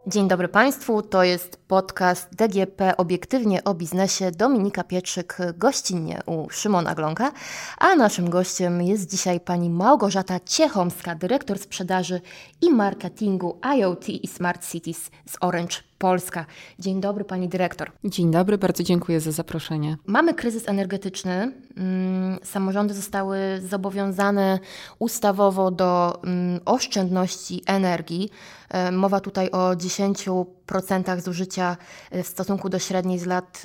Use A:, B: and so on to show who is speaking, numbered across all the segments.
A: Dzień dobry Państwu, to jest podcast DGP Obiektywnie o biznesie. Dominika Pietrzyk gościnnie u Szymona Glonka, a naszym gościem jest dzisiaj pani Małgorzata Ciechomska, dyrektor sprzedaży i marketingu IoT i Smart Cities z Orange Polska. Dzień dobry pani dyrektor.
B: Dzień dobry, bardzo dziękuję za zaproszenie.
A: Mamy kryzys energetyczny. Samorządy zostały zobowiązane ustawowo do oszczędności energii. Mowa tutaj o 10% zużycia w stosunku do średniej z lat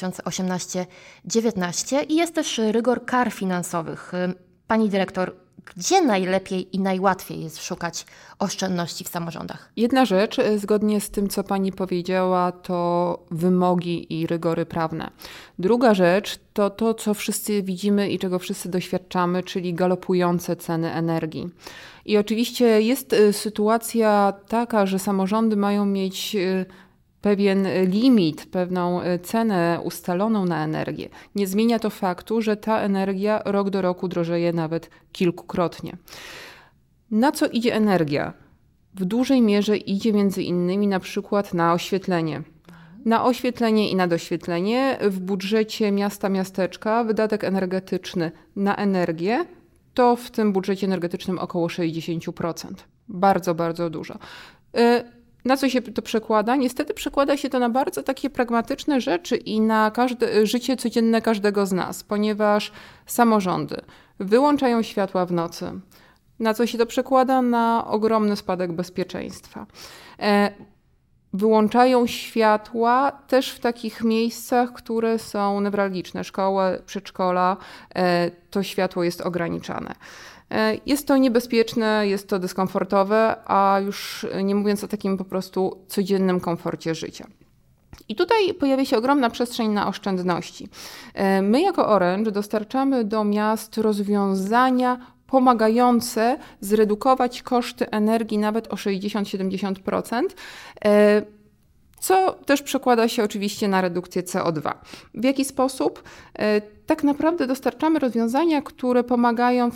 A: 2018-19 i jest też rygor kar finansowych. Pani dyrektor, gdzie najlepiej i najłatwiej jest szukać oszczędności w samorządach?
B: Jedna rzecz, zgodnie z tym, co pani powiedziała, to wymogi i rygory prawne. Druga rzecz to to, co wszyscy widzimy i czego wszyscy doświadczamy, czyli galopujące ceny energii. I oczywiście jest sytuacja taka, że samorządy mają mieć pewien limit, pewną cenę ustaloną na energię. Nie zmienia to faktu, że ta energia rok do roku drożeje nawet kilkukrotnie. Na co idzie energia? W dużej mierze idzie między innymi na przykład na oświetlenie. Na oświetlenie i na doświetlenie w budżecie miasta, miasteczka wydatek energetyczny na energię to w tym budżecie energetycznym około 60%. Bardzo, bardzo dużo. Na co się to przekłada? Niestety przekłada się to na bardzo takie pragmatyczne rzeczy i na życie codzienne każdego z nas, ponieważ samorządy wyłączają światła w nocy. Na co się to przekłada? Na ogromny spadek bezpieczeństwa. Wyłączają światła też w takich miejscach, które są newralgiczne. Szkoły, przedszkola, to światło jest ograniczane. Jest to niebezpieczne, jest to dyskomfortowe, a już nie mówiąc o takim po prostu codziennym komforcie życia. I tutaj pojawia się ogromna przestrzeń na oszczędności. My jako Orange dostarczamy do miast rozwiązania pomagające zredukować koszty energii nawet o 60-70%, co też przekłada się oczywiście na redukcję CO2. W jaki sposób? Tak naprawdę dostarczamy rozwiązania, które pomagają w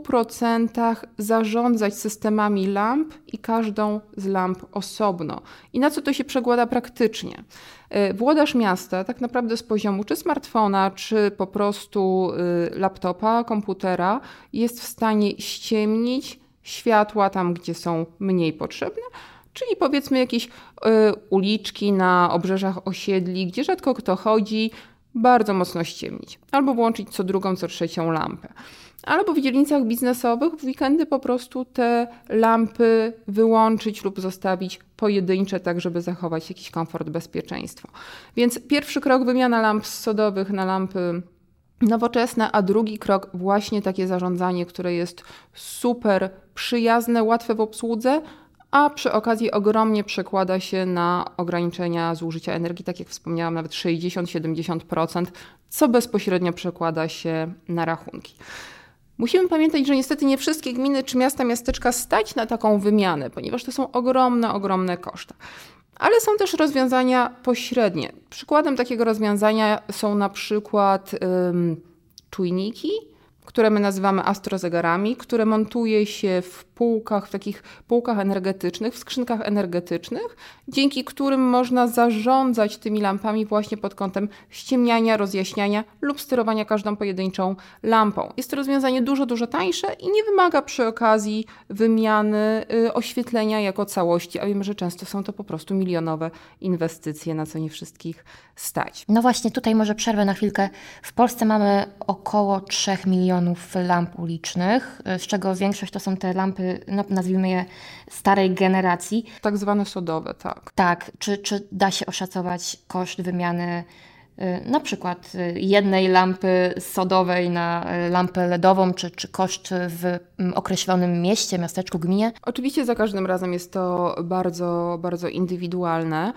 B: 100% zarządzać systemami lamp i każdą z lamp osobno. I na co to się przekłada praktycznie? Włodarz miasta tak naprawdę z poziomu czy smartfona, czy po prostu laptopa, komputera jest w stanie ściemnić światła tam, gdzie są mniej potrzebne, czyli powiedzmy jakieś uliczki na obrzeżach osiedli, gdzie rzadko kto chodzi, bardzo mocno ściemnić. Albo włączyć co drugą, co trzecią lampę. Albo w dzielnicach biznesowych w weekendy po prostu te lampy wyłączyć lub zostawić pojedyncze, tak żeby zachować jakiś komfort, bezpieczeństwo. Więc pierwszy krok wymiana lamp sodowych na lampy nowoczesne, a drugi krok właśnie takie zarządzanie, które jest super przyjazne, łatwe w obsłudze, a przy okazji ogromnie przekłada się na ograniczenia zużycia energii, tak jak wspomniałam, nawet 60-70%, co bezpośrednio przekłada się na rachunki. Musimy pamiętać, że niestety nie wszystkie gminy czy miasta, miasteczka stać na taką wymianę, ponieważ to są ogromne koszta. Ale są też rozwiązania pośrednie. Przykładem takiego rozwiązania są na przykład czujniki, które my nazywamy astrozegarami, które montuje się w takich półkach energetycznych, w skrzynkach energetycznych, dzięki którym można zarządzać tymi lampami właśnie pod kątem ściemniania, rozjaśniania lub sterowania każdą pojedynczą lampą. Jest to rozwiązanie dużo tańsze i nie wymaga przy okazji wymiany oświetlenia jako całości, a wiemy, że często są to po prostu milionowe inwestycje, na co nie wszystkich stać.
A: No właśnie, tutaj może przerwę na chwilkę. W Polsce mamy około 3 milionów lamp ulicznych, z czego większość to są te lampy, no, nazwijmy je starej generacji.
B: Tak zwane sodowe, tak.
A: Tak. Czy da się oszacować koszt wymiany na przykład jednej lampy sodowej na lampę LEDową, czy koszt w określonym mieście, miasteczku, gminie?
B: Oczywiście za każdym razem jest to bardzo indywidualne.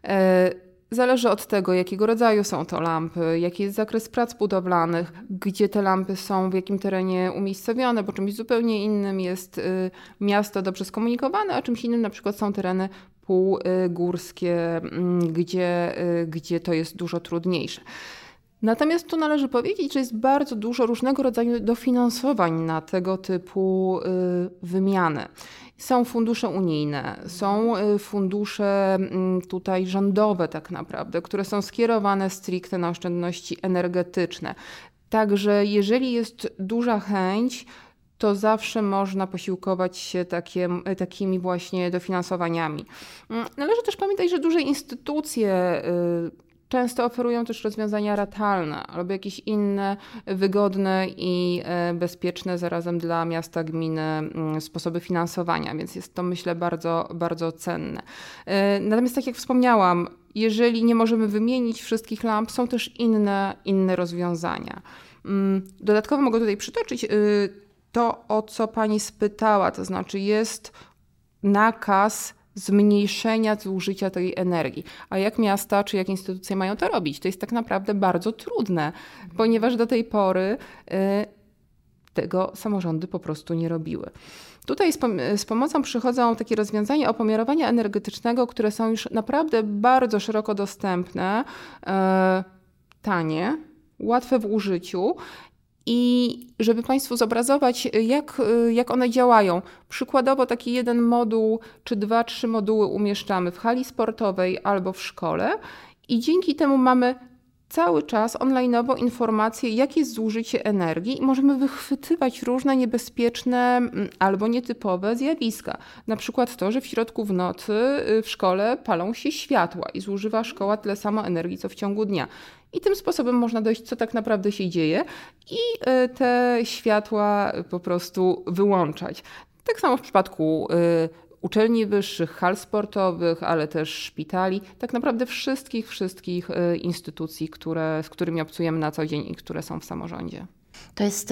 B: Zależy od tego, jakiego rodzaju są to lampy, jaki jest zakres prac budowlanych, gdzie te lampy są, w jakim terenie umiejscowione, bo czymś zupełnie innym jest miasto dobrze skomunikowane, a czymś innym na przykład są tereny półgórskie, gdzie to jest dużo trudniejsze. Natomiast tu należy powiedzieć, że jest bardzo dużo różnego rodzaju dofinansowań na tego typu wymiany. Są fundusze unijne, są fundusze tutaj rządowe tak naprawdę, które są skierowane stricte na oszczędności energetyczne. Także jeżeli jest duża chęć, to zawsze można posiłkować się takimi właśnie dofinansowaniami. Należy też pamiętać, że duże instytucje często oferują też rozwiązania ratalne albo jakieś inne wygodne i bezpieczne zarazem dla miasta, gminy sposoby finansowania, więc jest to, myślę, bardzo, bardzo cenne. Natomiast tak jak wspomniałam, jeżeli nie możemy wymienić wszystkich lamp, są też inne rozwiązania. Dodatkowo mogę tutaj przytoczyć to, o co pani spytała, to znaczy jest nakaz zmniejszenia zużycia tej energii. A jak miasta czy jak instytucje mają to robić? To jest tak naprawdę bardzo trudne, ponieważ do tej pory tego samorządy po prostu nie robiły. Tutaj z pomocą przychodzą takie rozwiązania opomiarowania energetycznego, które są już naprawdę bardzo szeroko dostępne, tanie, łatwe w użyciu. I żeby Państwu zobrazować, jak one działają. Przykładowo taki jeden moduł, czy 2-3 moduły umieszczamy w hali sportowej albo w szkole i dzięki temu mamy cały czas online'owo informacje, jakie jest zużycie energii i możemy wychwytywać różne niebezpieczne albo nietypowe zjawiska. Na przykład to, że w środku w nocy w szkole palą się światła i zużywa szkoła tyle samo energii, co w ciągu dnia. I tym sposobem można dojść, co tak naprawdę się dzieje i te światła po prostu wyłączać. Tak samo w przypadku uczelni wyższych, hal sportowych, ale też szpitali, tak naprawdę wszystkich instytucji, z którymi obcujemy na co dzień i które są w samorządzie.
A: To jest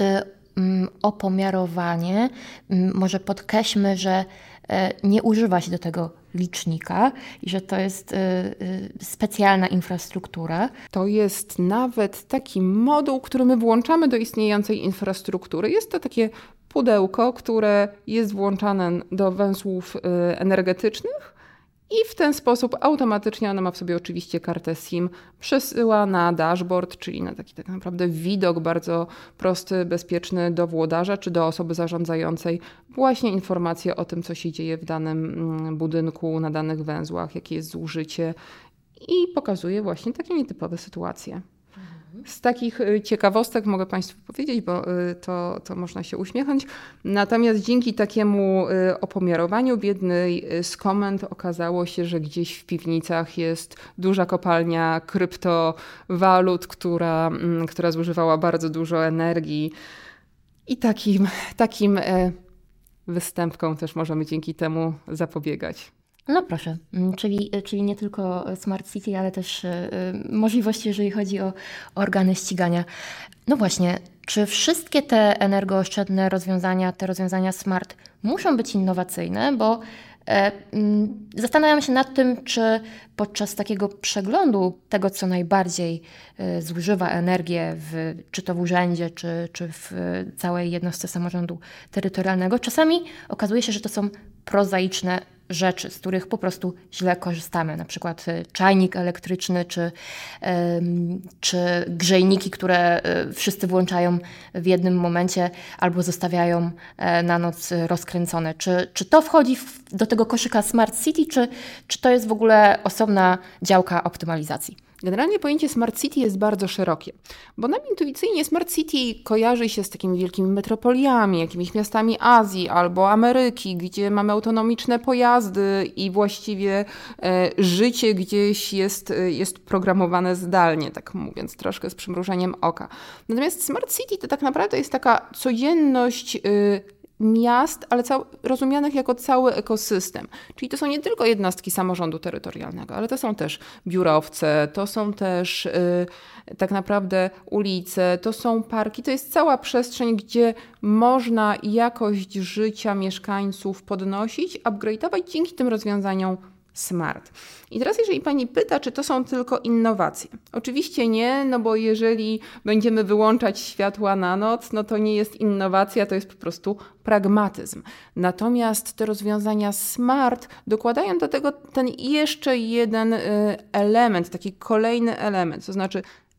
A: opomiarowanie. Może podkreślmy, że nie używa się do tego licznika i że to jest specjalna infrastruktura.
B: To jest nawet taki moduł, który my włączamy do istniejącej infrastruktury. Jest to takie pudełko, które jest włączane do węzłów energetycznych i w ten sposób automatycznie, ona ma w sobie oczywiście kartę SIM, przesyła na dashboard, czyli na taki tak naprawdę widok bardzo prosty, bezpieczny do włodarza czy do osoby zarządzającej właśnie informacje o tym, co się dzieje w danym budynku, na danych węzłach, jakie jest zużycie i pokazuje właśnie takie nietypowe sytuacje. Z takich ciekawostek mogę Państwu powiedzieć, bo to można się uśmiechnąć. Natomiast dzięki takiemu opomiarowaniu w jednej z komend okazało się, że gdzieś w piwnicach jest duża kopalnia kryptowalut, która zużywała bardzo dużo energii. I takim występkom też możemy dzięki temu zapobiegać.
A: No proszę, czyli nie tylko Smart City, ale też możliwości, jeżeli chodzi o organy ścigania. No właśnie, czy wszystkie te energooszczędne rozwiązania, te rozwiązania smart muszą być innowacyjne? Bo zastanawiam się nad tym, czy podczas takiego przeglądu tego, co najbardziej zużywa energię, czy to w urzędzie, czy w całej jednostce samorządu terytorialnego, czasami okazuje się, że to są prozaiczne rzeczy, z których po prostu źle korzystamy. Na przykład czajnik elektryczny, czy grzejniki, które wszyscy włączają w jednym momencie albo zostawiają na noc rozkręcone. Czy to wchodzi do tego koszyka Smart City, czy to jest w ogóle osobna działka optymalizacji?
B: Generalnie pojęcie Smart City jest bardzo szerokie, bo nam intuicyjnie Smart City kojarzy się z takimi wielkimi metropoliami, jakimiś miastami Azji albo Ameryki, gdzie mamy autonomiczne pojazdy i właściwie życie gdzieś jest programowane zdalnie, tak mówiąc, troszkę z przymrużeniem oka. Natomiast Smart City to tak naprawdę jest taka codzienność miast, ale rozumianych jako cały ekosystem. Czyli to są nie tylko jednostki samorządu terytorialnego, ale to są też biurowce, to są też tak naprawdę ulice, to są parki, to jest cała przestrzeń, gdzie można jakość życia mieszkańców podnosić, upgrade'ować dzięki tym rozwiązaniom smart. I teraz jeżeli Pani pyta, czy to są tylko innowacje? Oczywiście nie, no bo jeżeli będziemy wyłączać światła na noc, no to nie jest innowacja, to jest po prostu pragmatyzm. Natomiast te rozwiązania smart dokładają do tego ten jeszcze jeden element, taki kolejny element, to znaczy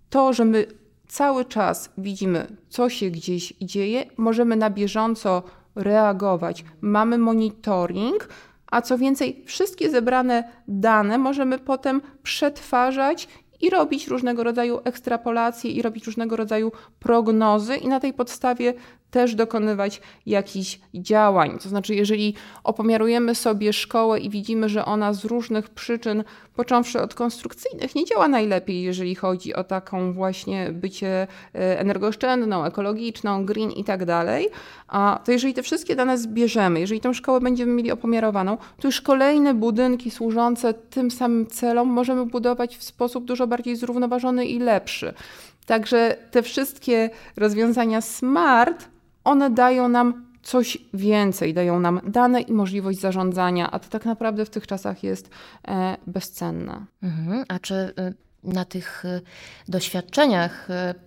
B: To, że my cały czas widzimy, co się gdzieś dzieje, możemy na bieżąco reagować, mamy monitoring, a co więcej, wszystkie zebrane dane możemy potem przetwarzać i robić różnego rodzaju ekstrapolacje i robić różnego rodzaju prognozy i na tej podstawie też dokonywać jakichś działań. To znaczy, jeżeli opomiarujemy sobie szkołę i widzimy, że ona z różnych przyczyn, począwszy od konstrukcyjnych, nie działa najlepiej, jeżeli chodzi o taką właśnie bycie energooszczędną, ekologiczną, green i tak dalej, to jeżeli te wszystkie dane zbierzemy, jeżeli tę szkołę będziemy mieli opomiarowaną, to już kolejne budynki służące tym samym celom możemy budować w sposób dużo bardziej zrównoważony i lepszy. Także te wszystkie rozwiązania smart, one dają nam coś więcej, dają nam dane i możliwość zarządzania, a to tak naprawdę w tych czasach jest bezcenne.
A: A czy na tych doświadczeniach,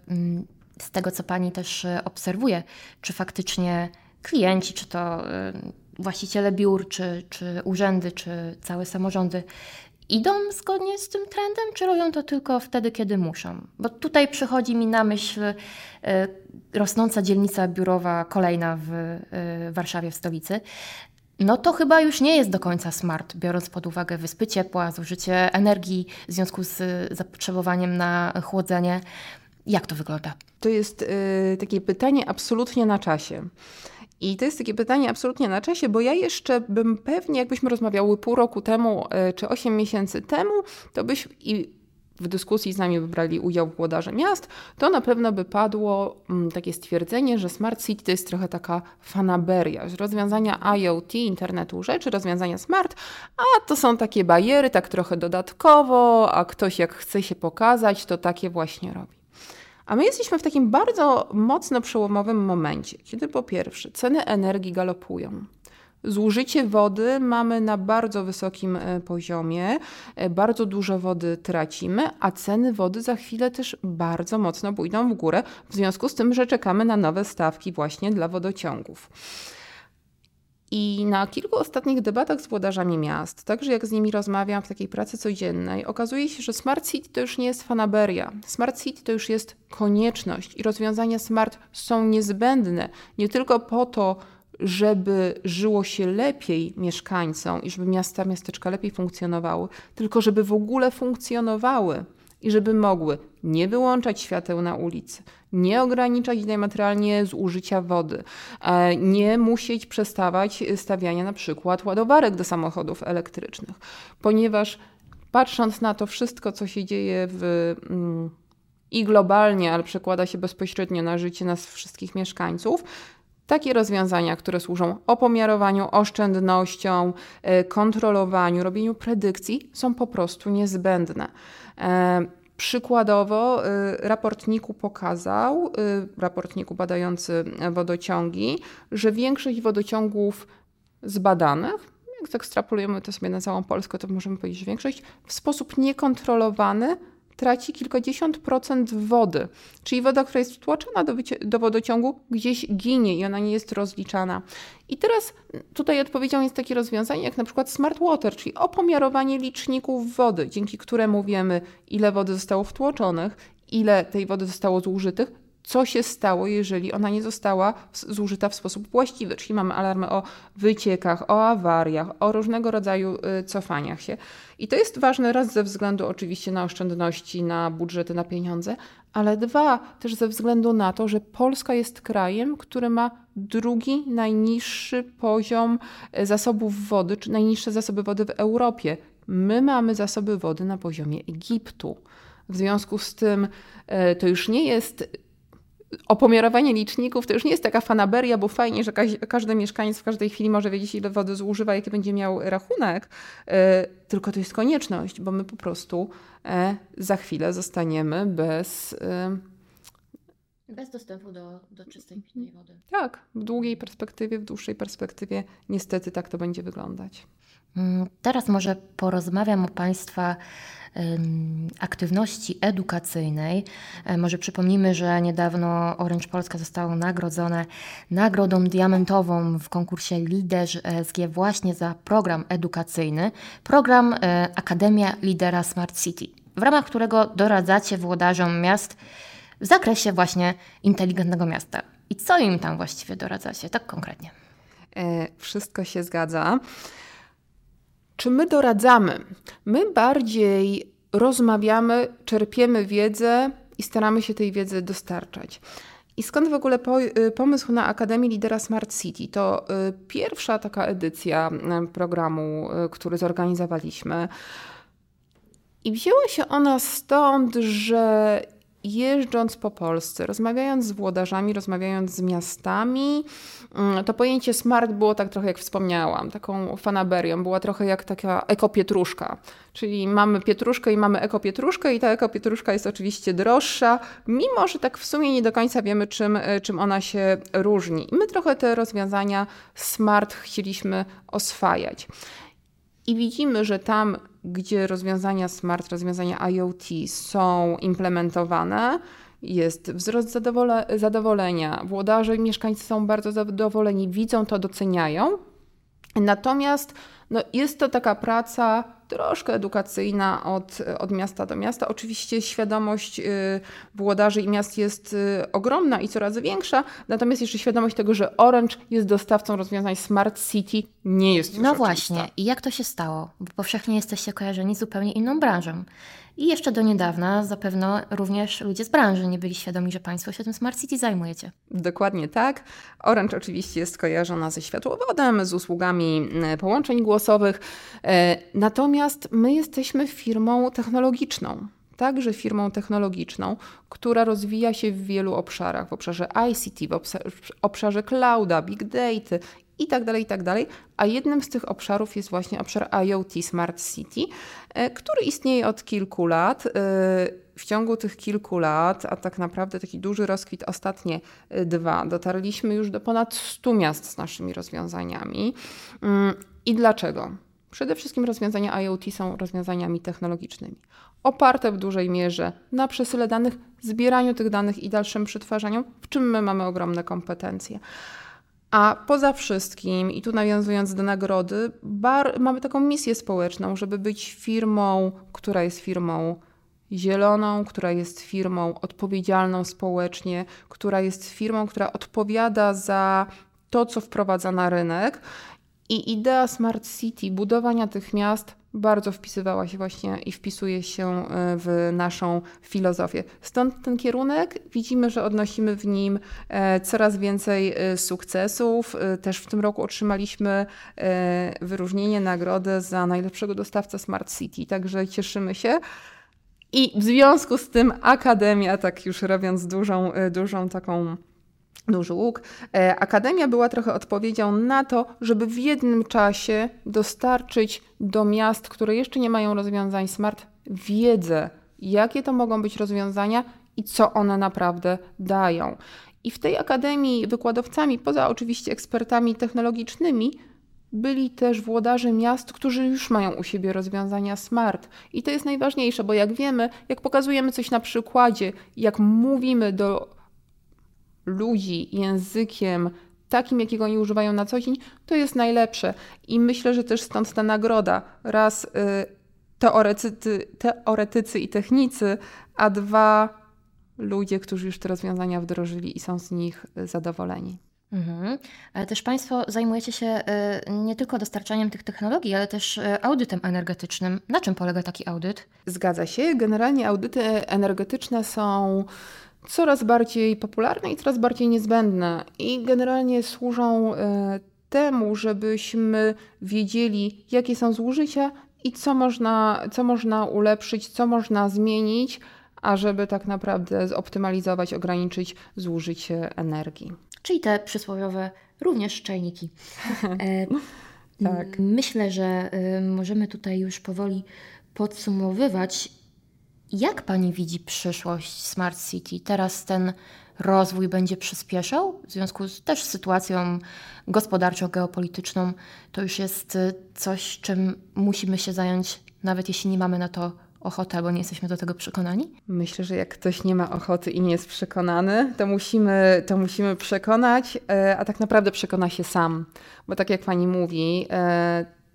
A: z tego co Pani też obserwuje, czy faktycznie klienci, czy to właściciele biur, czy urzędy, czy całe samorządy idą zgodnie z tym trendem, czy robią to tylko wtedy, kiedy muszą? Bo tutaj przychodzi mi na myśl rosnąca dzielnica biurowa kolejna w Warszawie, w stolicy. No to chyba już nie jest do końca smart, biorąc pod uwagę wyspy ciepła, zużycie energii w związku z zapotrzebowaniem na chłodzenie. Jak to wygląda?
B: To jest takie pytanie absolutnie na czasie. I to jest takie pytanie absolutnie na czasie, bo ja jeszcze bym pewnie, jakbyśmy rozmawiały pół roku temu czy 8 miesięcy temu, to byśmy i w dyskusji z nami wybrali udział włodarze miast, to na pewno by padło takie stwierdzenie, że Smart City to jest trochę taka fanaberia, że rozwiązania IoT, internetu rzeczy, rozwiązania smart, a to są takie bariery, tak trochę dodatkowo, a ktoś jak chce się pokazać, to takie właśnie robi. A my jesteśmy w takim bardzo mocno przełomowym momencie, kiedy po pierwsze ceny energii galopują. Zużycie wody mamy na bardzo wysokim poziomie, bardzo dużo wody tracimy, a ceny wody za chwilę też bardzo mocno pójdą w górę, w związku z tym, że czekamy na nowe stawki właśnie dla wodociągów. I na kilku ostatnich debatach z włodarzami miast, także jak z nimi rozmawiam w takiej pracy codziennej, okazuje się, że Smart City to już nie jest fanaberia. Smart City to już jest konieczność i rozwiązania smart są niezbędne nie tylko po to, żeby żyło się lepiej mieszkańcom i żeby miasta, miasteczka lepiej funkcjonowały, tylko żeby w ogóle funkcjonowały i żeby mogły nie wyłączać świateł na ulicy, nie ograniczać diametralnie zużycia wody, nie musieć przestawać stawiania na przykład ładowarek do samochodów elektrycznych, ponieważ patrząc na to wszystko, co się dzieje i globalnie, ale przekłada się bezpośrednio na życie nas wszystkich mieszkańców, takie rozwiązania, które służą opomiarowaniu, oszczędnościom, kontrolowaniu, robieniu predykcji, są po prostu niezbędne. Przykładowo raport NIK-u pokazał, raport badający wodociągi, że większość wodociągów zbadanych, jak zekstrapolujemy to sobie na całą Polskę, to możemy powiedzieć, że większość w sposób niekontrolowany traci kilkadziesiąt procent wody. Czyli woda, która jest wtłaczana do wodociągu, gdzieś ginie i ona nie jest rozliczana. I teraz tutaj odpowiedzią jest takie rozwiązanie jak na przykład Smart Water, czyli opomiarowanie liczników wody, dzięki któremu wiemy, ile wody zostało wtłoczonych, ile tej wody zostało zużytych, co się stało, jeżeli ona nie została zużyta w sposób właściwy. Czyli mamy alarmy o wyciekach, o awariach, o różnego rodzaju cofaniach się. I to jest ważne raz ze względu oczywiście na oszczędności, na budżety, na pieniądze, ale dwa też ze względu na to, że Polska jest krajem, który ma drugi najniższy poziom zasobów wody, czy najniższe zasoby wody w Europie. My mamy zasoby wody na poziomie Egiptu. W związku z tym to już nie jest opomiarowanie liczników, to już nie jest taka fanaberia, bo fajnie, że każdy mieszkaniec w każdej chwili może wiedzieć, ile wody zużywa, jaki będzie miał rachunek, tylko to jest konieczność, bo my po prostu za chwilę zostaniemy bez
A: dostępu do czystej, pitnej wody.
B: Tak, w długiej perspektywie, w dłuższej perspektywie niestety tak to będzie wyglądać.
A: Teraz może porozmawiam o Państwa aktywności edukacyjnej. Może przypomnimy, że niedawno Orange Polska zostało nagrodzone nagrodą diamentową w konkursie Liderzy ESG właśnie za program edukacyjny, program Akademia Lidera Smart City. w ramach którego doradzacie włodarzom miast w zakresie właśnie inteligentnego miasta. I co im tam właściwie doradzacie, tak konkretnie?
B: Wszystko się zgadza. Czy my doradzamy? My bardziej rozmawiamy, czerpiemy wiedzę i staramy się tej wiedzy dostarczać. I skąd w ogóle pomysł na Akademię Lidera Smart City? To pierwsza taka edycja programu, który zorganizowaliśmy. I wzięła się ona stąd, że jeżdżąc po Polsce, rozmawiając z włodarzami, rozmawiając z miastami, to pojęcie smart było tak trochę, jak wspomniałam, taką fanaberią, była trochę jak taka ekopietruszka. Czyli mamy pietruszkę i mamy ekopietruszkę i ta ekopietruszka jest oczywiście droższa, mimo że tak w sumie nie do końca wiemy, czym ona się różni. I my trochę te rozwiązania smart chcieliśmy oswajać. I widzimy, że tam, gdzie rozwiązania smart, rozwiązania IoT są implementowane, jest wzrost zadowolenia. Włodarze i mieszkańcy są bardzo zadowoleni, widzą to, doceniają. Natomiast jest to taka praca troszkę edukacyjna od miasta do miasta. Oczywiście świadomość włodarzy i miast jest ogromna i coraz większa, natomiast jeszcze świadomość tego, że Orange jest dostawcą rozwiązań Smart City, nie jest już oczywista.
A: Właśnie. I jak to się stało? Bo powszechnie jesteście kojarzeni z zupełnie inną branżą. I jeszcze do niedawna zapewne również ludzie z branży nie byli świadomi, że Państwo się tym Smart City zajmujecie.
B: Dokładnie tak. Orange oczywiście jest kojarzona ze światłowodem, z usługami połączeń głosowych. Natomiast my jesteśmy firmą technologiczną. Także firmą technologiczną, która rozwija się w wielu obszarach. W obszarze ICT, w obszarze clouda, big data i tak dalej. A jednym z tych obszarów jest właśnie obszar IoT Smart City, który istnieje od kilku lat. W ciągu tych kilku lat, a tak naprawdę taki duży rozkwit ostatnie 2, dotarliśmy już do ponad 100 miast z naszymi rozwiązaniami. I dlaczego? Przede wszystkim rozwiązania IoT są rozwiązaniami technologicznymi, oparte w dużej mierze na przesyle danych, zbieraniu tych danych i dalszym przetwarzaniu, w czym my mamy ogromne kompetencje. A poza wszystkim, i tu nawiązując do nagrody, mamy taką misję społeczną, żeby być firmą, która jest firmą zieloną, która jest firmą odpowiedzialną społecznie, która jest firmą, która odpowiada za to, co wprowadza na rynek. I idea Smart City, budowania tych miast bardzo wpisywała się właśnie i wpisuje się w naszą filozofię. Stąd ten kierunek, widzimy, że odnosimy w nim coraz więcej sukcesów. Też w tym roku otrzymaliśmy wyróżnienie, nagrodę za najlepszego dostawcę Smart City, także cieszymy się. I w związku z tym Akademia, tak już robiąc duży łuk. Akademia była trochę odpowiedzią na to, żeby w jednym czasie dostarczyć do miast, które jeszcze nie mają rozwiązań smart, wiedzę, jakie to mogą być rozwiązania i co one naprawdę dają. I w tej akademii wykładowcami, poza oczywiście ekspertami technologicznymi, byli też włodarze miast, którzy już mają u siebie rozwiązania smart. I to jest najważniejsze, bo jak wiemy, jak pokazujemy coś na przykładzie, jak mówimy do ludzi językiem takim, jakiego oni używają na co dzień, to jest najlepsze. I myślę, że też stąd ta nagroda. Raz teoretycy i technicy, a 2 ludzie, którzy już te rozwiązania wdrożyli i są z nich zadowoleni.
A: Ale też Państwo zajmujecie się nie tylko dostarczaniem tych technologii, ale też audytem energetycznym. Na czym polega taki audyt?
B: Zgadza się. Generalnie audyty energetyczne są coraz bardziej popularne i coraz bardziej niezbędne i generalnie służą temu, żebyśmy wiedzieli, jakie są zużycia i co można ulepszyć, co można zmienić, ażeby tak naprawdę zoptymalizować, ograniczyć zużycie energii.
A: Czyli te przysłowiowe również czajniki.
B: Tak.
A: Myślę, że możemy tutaj już powoli podsumowywać. Jak Pani widzi przyszłość Smart City? Teraz ten rozwój będzie przyspieszał w związku też z sytuacją gospodarczą, geopolityczną. To już jest coś, czym musimy się zająć, nawet jeśli nie mamy na to ochoty albo nie jesteśmy do tego przekonani?
B: Myślę, że jak ktoś nie ma ochoty i nie jest przekonany, to musimy przekonać, a tak naprawdę przekona się sam. Bo tak jak Pani mówi,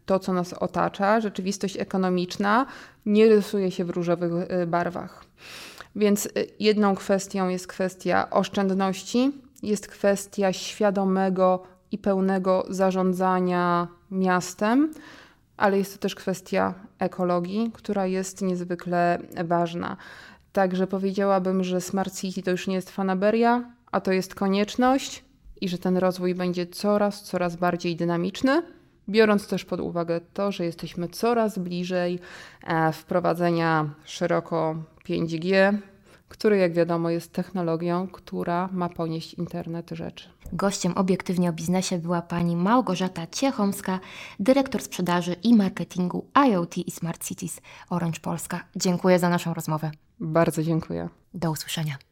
B: to, co nas otacza, rzeczywistość ekonomiczna nie rysuje się w różowych barwach. Więc jedną kwestią jest kwestia oszczędności, jest kwestia świadomego i pełnego zarządzania miastem, ale jest to też kwestia ekologii, która jest niezwykle ważna. Także powiedziałabym, że Smart City to już nie jest fanaberia, a to jest konieczność i że ten rozwój będzie coraz bardziej dynamiczny, biorąc też pod uwagę to, że jesteśmy coraz bliżej wprowadzenia szeroko 5G, który, jak wiadomo, jest technologią, która ma ponieść internet rzeczy.
A: Gościem Obiektywnie o Biznesie była pani Małgorzata Ciechomska, dyrektor sprzedaży i marketingu IoT i Smart Cities Orange Polska. Dziękuję za naszą rozmowę.
B: Bardzo dziękuję.
A: Do usłyszenia.